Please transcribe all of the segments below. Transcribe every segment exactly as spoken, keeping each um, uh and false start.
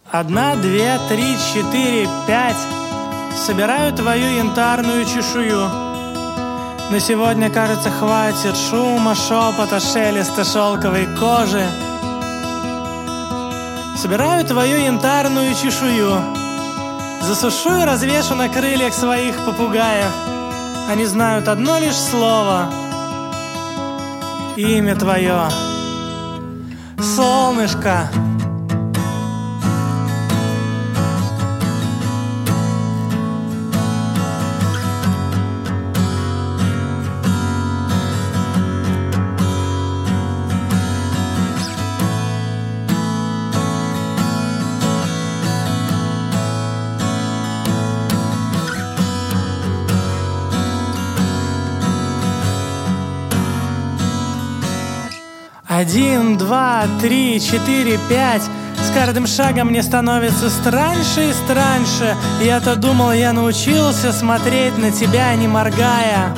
Одна, две, три, четыре, пять. Собираю твою янтарную чешую. На сегодня, кажется, хватит шума, шепота, шелеста шелковой кожи. Собираю твою янтарную чешую. Засушу и развешу на крыльях своих попугаев. Они знают одно лишь слово. Имя твое. Солнышко. Один, два, три, четыре, пять. С каждым шагом мне становится страньше и страньше. Я-то думал, я научился смотреть на тебя, не моргая.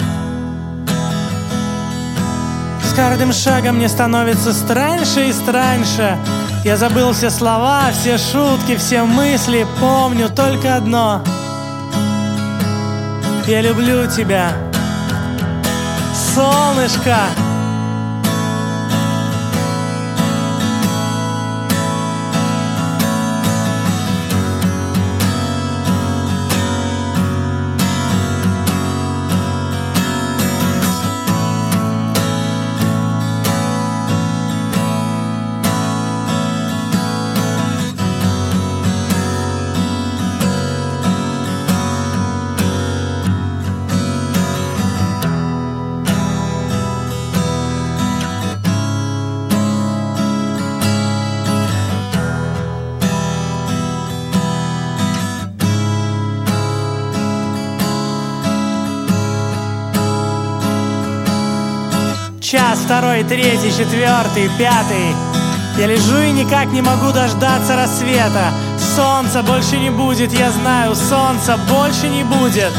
С каждым шагом мне становится страньше и страньше. Я забыл все слова, все шутки, все мысли. Помню только одно: я люблю тебя, солнышко. Час, второй, третий, четвертый, пятый. Я лежу и никак не могу дождаться рассвета. Солнца больше не будет, я знаю, солнца больше не будет.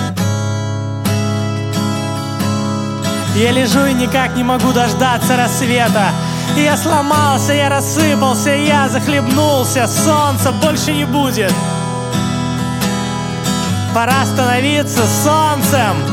Я лежу и никак не могу дождаться рассвета. И я сломался, я рассыпался, я захлебнулся. Солнца больше не будет. Пора становиться солнцем.